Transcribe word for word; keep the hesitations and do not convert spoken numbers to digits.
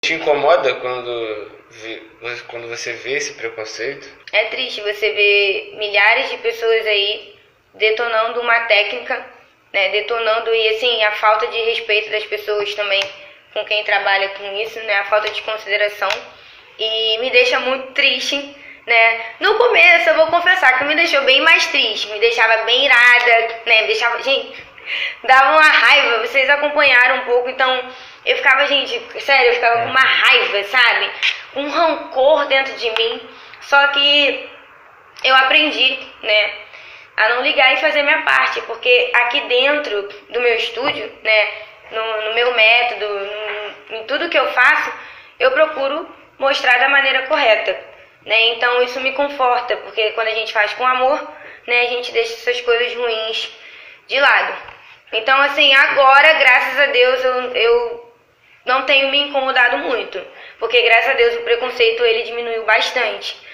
Te incomoda quando, vê- quando você vê esse preconceito? É triste você ver milhares de pessoas aí detonando uma técnica, né? Detonando e assim a falta de respeito das pessoas também com quem trabalha com isso, né? A falta de consideração e me deixa muito triste, né? No começo eu vou confessar que me deixou bem mais triste, me deixava bem irada, né? Me deixava, gente, dava uma raiva. Vocês acompanharam um pouco, então eu ficava, gente, sério, eu ficava com uma raiva, sabe? Um rancor dentro de mim. Só que eu aprendi, né, a não ligar e fazer minha parte, porque aqui dentro do meu estúdio, né, no, no meu método, no, em tudo que eu faço, eu procuro mostrar da maneira correta, né? Então isso me conforta, porque quando a gente faz com amor, né, a gente deixa essas coisas ruins de lado. Então, assim, agora, graças a Deus, eu, eu não tenho me incomodado muito, porque graças a Deus o preconceito ele diminuiu bastante.